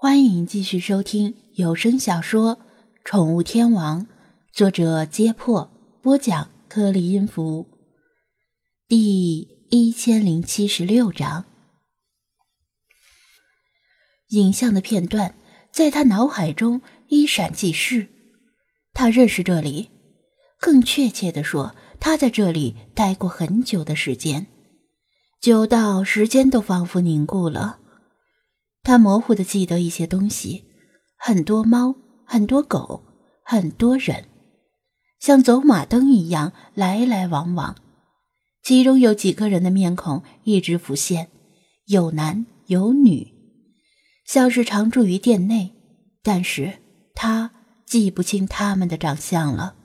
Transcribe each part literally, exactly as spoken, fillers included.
欢迎继续收听有声小说《宠物天王》，作者揭破，播讲颗粒音符，第一千零七十六章。影像的片段在他脑海中一闪即逝，他认识这里，更确切地说，他在这里待过很久的时间，久到时间都仿佛凝固了。他模糊地记得一些东西，很多猫，很多狗，很多人，像走马灯一样来来往往。其中有几个人的面孔一直浮现，有男有女，像是常驻于店内，但是他记不清他们的长相了。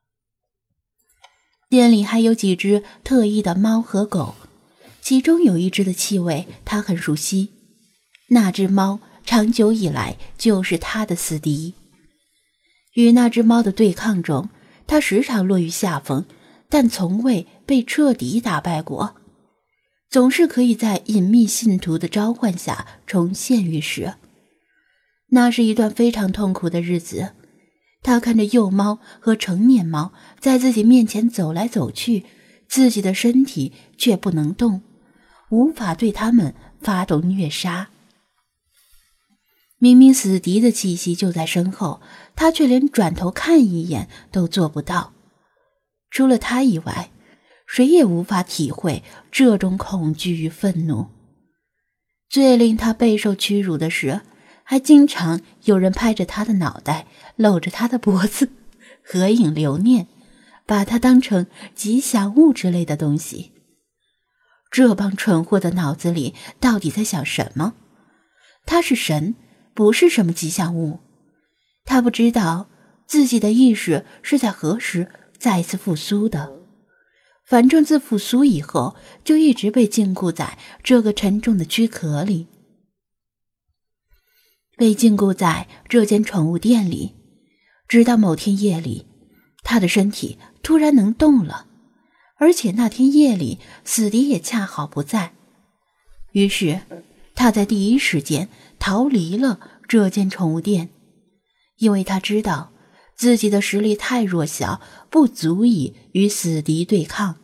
店里还有几只特异的猫和狗，其中有一只的气味他很熟悉，那只猫长久以来就是他的死敌。与那只猫的对抗中，他时常落于下风，但从未被彻底打败过，总是可以在隐秘信徒的召唤下重现于世。那是一段非常痛苦的日子，他看着幼猫和成年猫在自己面前走来走去，自己的身体却不能动，无法对它们发动虐杀。明明死敌的气息就在身后，他却连转头看一眼都做不到。除了他以外，谁也无法体会这种恐惧与愤怒。最令他备受屈辱的是，还经常有人拍着他的脑袋，搂着他的脖子，合影留念，把他当成吉祥物之类的东西。这帮蠢货的脑子里到底在想什么？他是神，不是什么吉祥物。他不知道自己的意识是在何时再次复苏的，反正自复苏以后就一直被禁锢在这个沉重的躯壳里，被禁锢在这间宠物店里，直到某天夜里，他的身体突然能动了，而且那天夜里死敌也恰好不在。于是他在第一时间逃离了这间宠物店，因为他知道自己的实力太弱小，不足以与死敌对抗。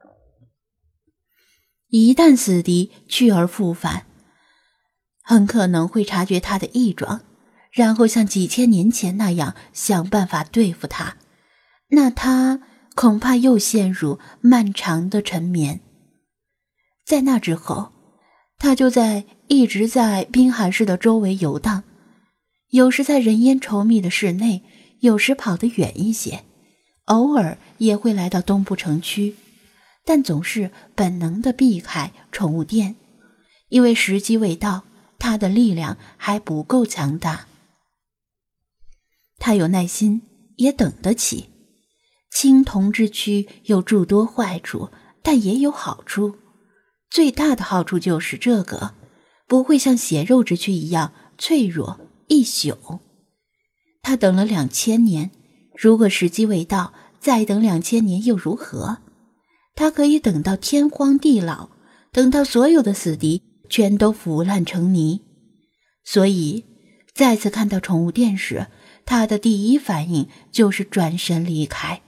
一旦死敌去而复返，很可能会察觉他的异状，然后像几千年前那样想办法对付他，那他恐怕又陷入漫长的沉眠。在那之后，他就在一直在滨海市的周围游荡，有时在人烟稠密的市内，有时跑得远一些，偶尔也会来到东部城区，但总是本能地避开宠物店，因为时机未到，他的力量还不够强大。他有耐心，也等得起。青铜之躯有诸多坏处，但也有好处。最大的好处就是这个不会像血肉之躯一样脆弱一宿。他等了两千年，如果时机未到，再等两千年又如何？他可以等到天荒地老，等到所有的死敌全都腐烂成泥。所以再次看到宠物店时，他的第一反应就是转身离开。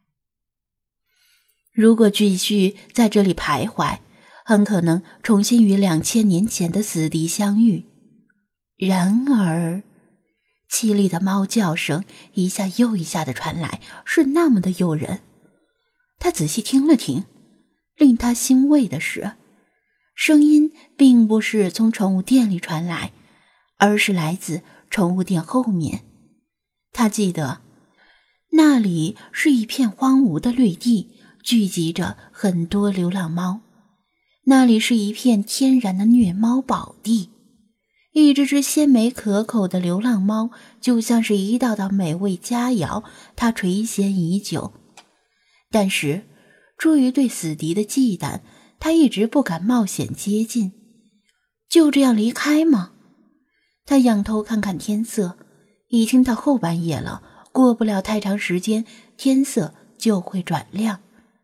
如果继续在这里徘徊，很可能重新与两千年前的死敌相遇。然而凄厉的猫叫声一下又一下的传来，是那么的诱人。他仔细听了听，令他欣慰的是，声音并不是从宠物店里传来，而是来自宠物店后面。他记得那里是一片荒芜的绿地，聚集着很多流浪猫，那里是一片天然的虐猫宝地。一只只鲜美可口的流浪猫就像是一道道美味佳肴，它垂涎已久。但是出于对死敌的忌惮，他一直不敢冒险接近。就这样离开吗？他仰头看看天色，已经到后半夜了，过不了太长时间，天色就会转亮。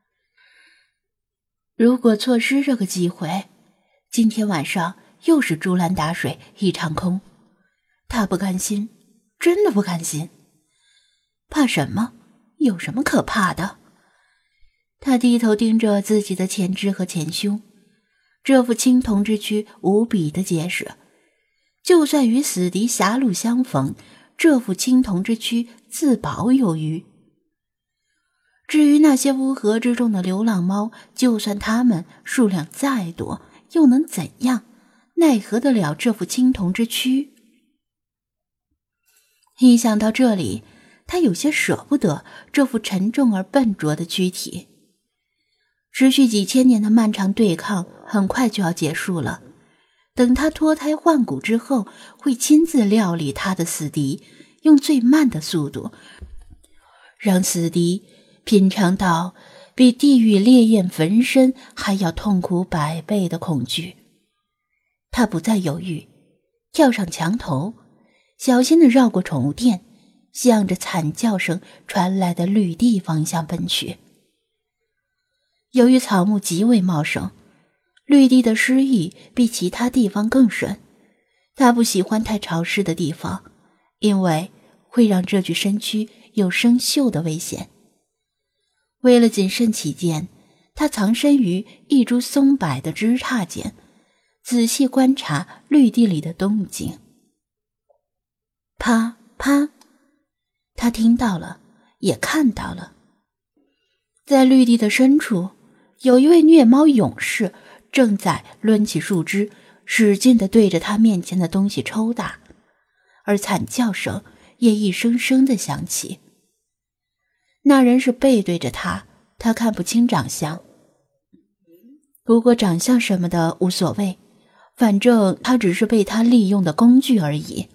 如果错失这个机会，今天晚上又是竹篮打水一场空。 他不甘心，真的不甘心。怕什么？有什么可怕的？他低头盯着自己的前肢和前胸，这副青铜之躯无比的结实，就算与死敌狭路相逢，这副青铜之躯自保有余。至于那些乌合之众的流浪猫，就算它们数量再多，又能怎样？奈何得了这副青铜之躯？一想到这里，他有些舍不得这副沉重而笨拙的躯体。持续几千年的漫长对抗很快就要结束了，等他脱胎换骨之后，会亲自料理他的死敌，用最慢的速度让死敌品尝到比地狱烈焰焚身还要痛苦百倍的恐惧。他不再犹豫，跳上墙头，小心地绕过宠物店，向着惨叫声传来的绿地方向奔去。由于草木极为茂盛，绿地的湿意比其他地方更深。他不喜欢太潮湿的地方，因为会让这具身躯有生锈的危险。为了谨慎起见，他藏身于一株松柏的枝杈间，仔细观察绿地里的动静。啪啪，他听到了，也看到了。在绿地的深处，有一位虐猫勇士正在抡起树枝，使劲地对着他面前的东西抽打，而惨叫声也一声声地响起。那人是背对着他，他看不清长相。不过长相什么的无所谓，反正他只是被他利用的工具而已。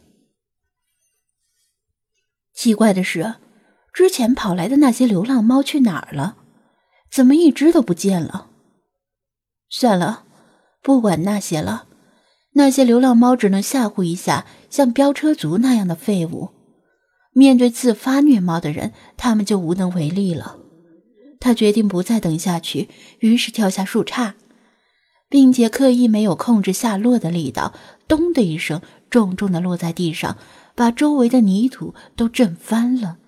奇怪的是，之前跑来的那些流浪猫去哪儿了？怎么一只都不见了？算了，不管那些了。那些流浪猫只能吓唬一下像飙车族那样的废物，面对自发虐猫的人，他们就无能为力了。他决定不再等下去，于是跳下树杈，并且刻意没有控制下落的力道，咚的一声重重地落在地上，把周围的泥土都震翻了。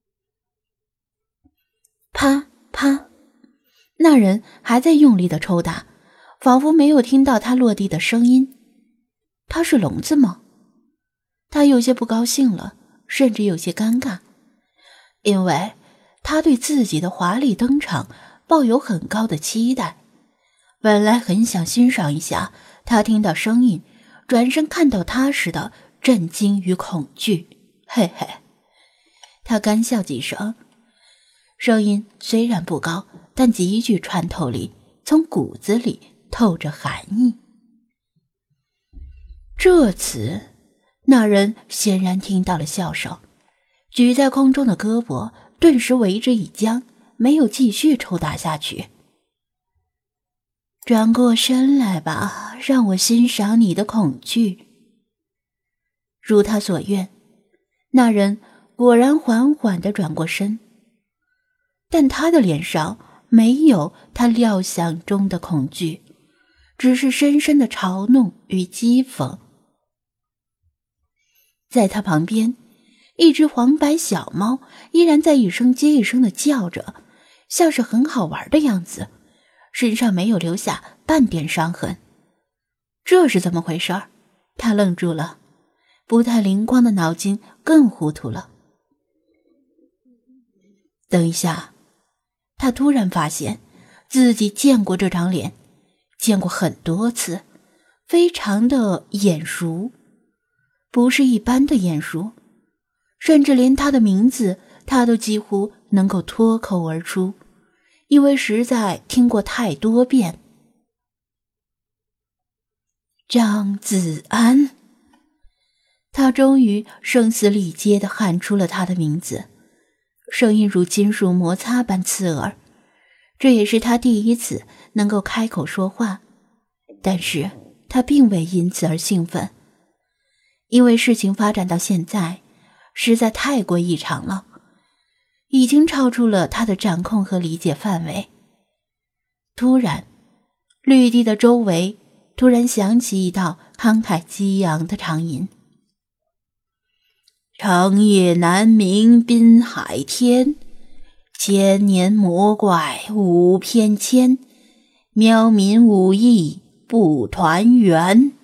啪啪，那人还在用力地抽打，仿佛没有听到他落地的声音。他是聋子吗？他有些不高兴了，甚至有些尴尬，因为他对自己的华丽登场抱有很高的期待。本来很想欣赏一下他听到声音，转身看到他时的震惊与恐惧。嘿嘿，他干笑几声，声音虽然不高，但极具穿透力，从骨子里透着寒意。这次那人显然听到了笑声，举在空中的胳膊顿时为之一僵，没有继续抽打下去。转过身来吧，让我欣赏你的恐惧。如他所愿，那人果然缓缓地转过身，但他的脸上没有他料想中的恐惧，只是深深的嘲弄与讥讽。在他旁边，一只黄白小猫依然在一声接一声地叫着，像是很好玩的样子，身上没有留下半点伤痕。这是怎么回事？他愣住了，不太灵光的脑筋更糊涂了。等一下，他突然发现自己见过这张脸，见过很多次，非常的眼熟，不是一般的眼熟，甚至连他的名字他都几乎能够脱口而出，因为实在听过太多遍。张子安，他终于声嘶力竭地喊出了他的名字，声音如金属摩擦般刺耳。这也是他第一次能够开口说话，但是他并未因此而兴奋，因为事情发展到现在实在太过异常了，已经超出了他的掌控和理解范围。突然，绿地的周围突然响起一道慷慨激昂的长吟。 长夜难明滨海天，千年魔怪无偏跹，喵民无义不团圆。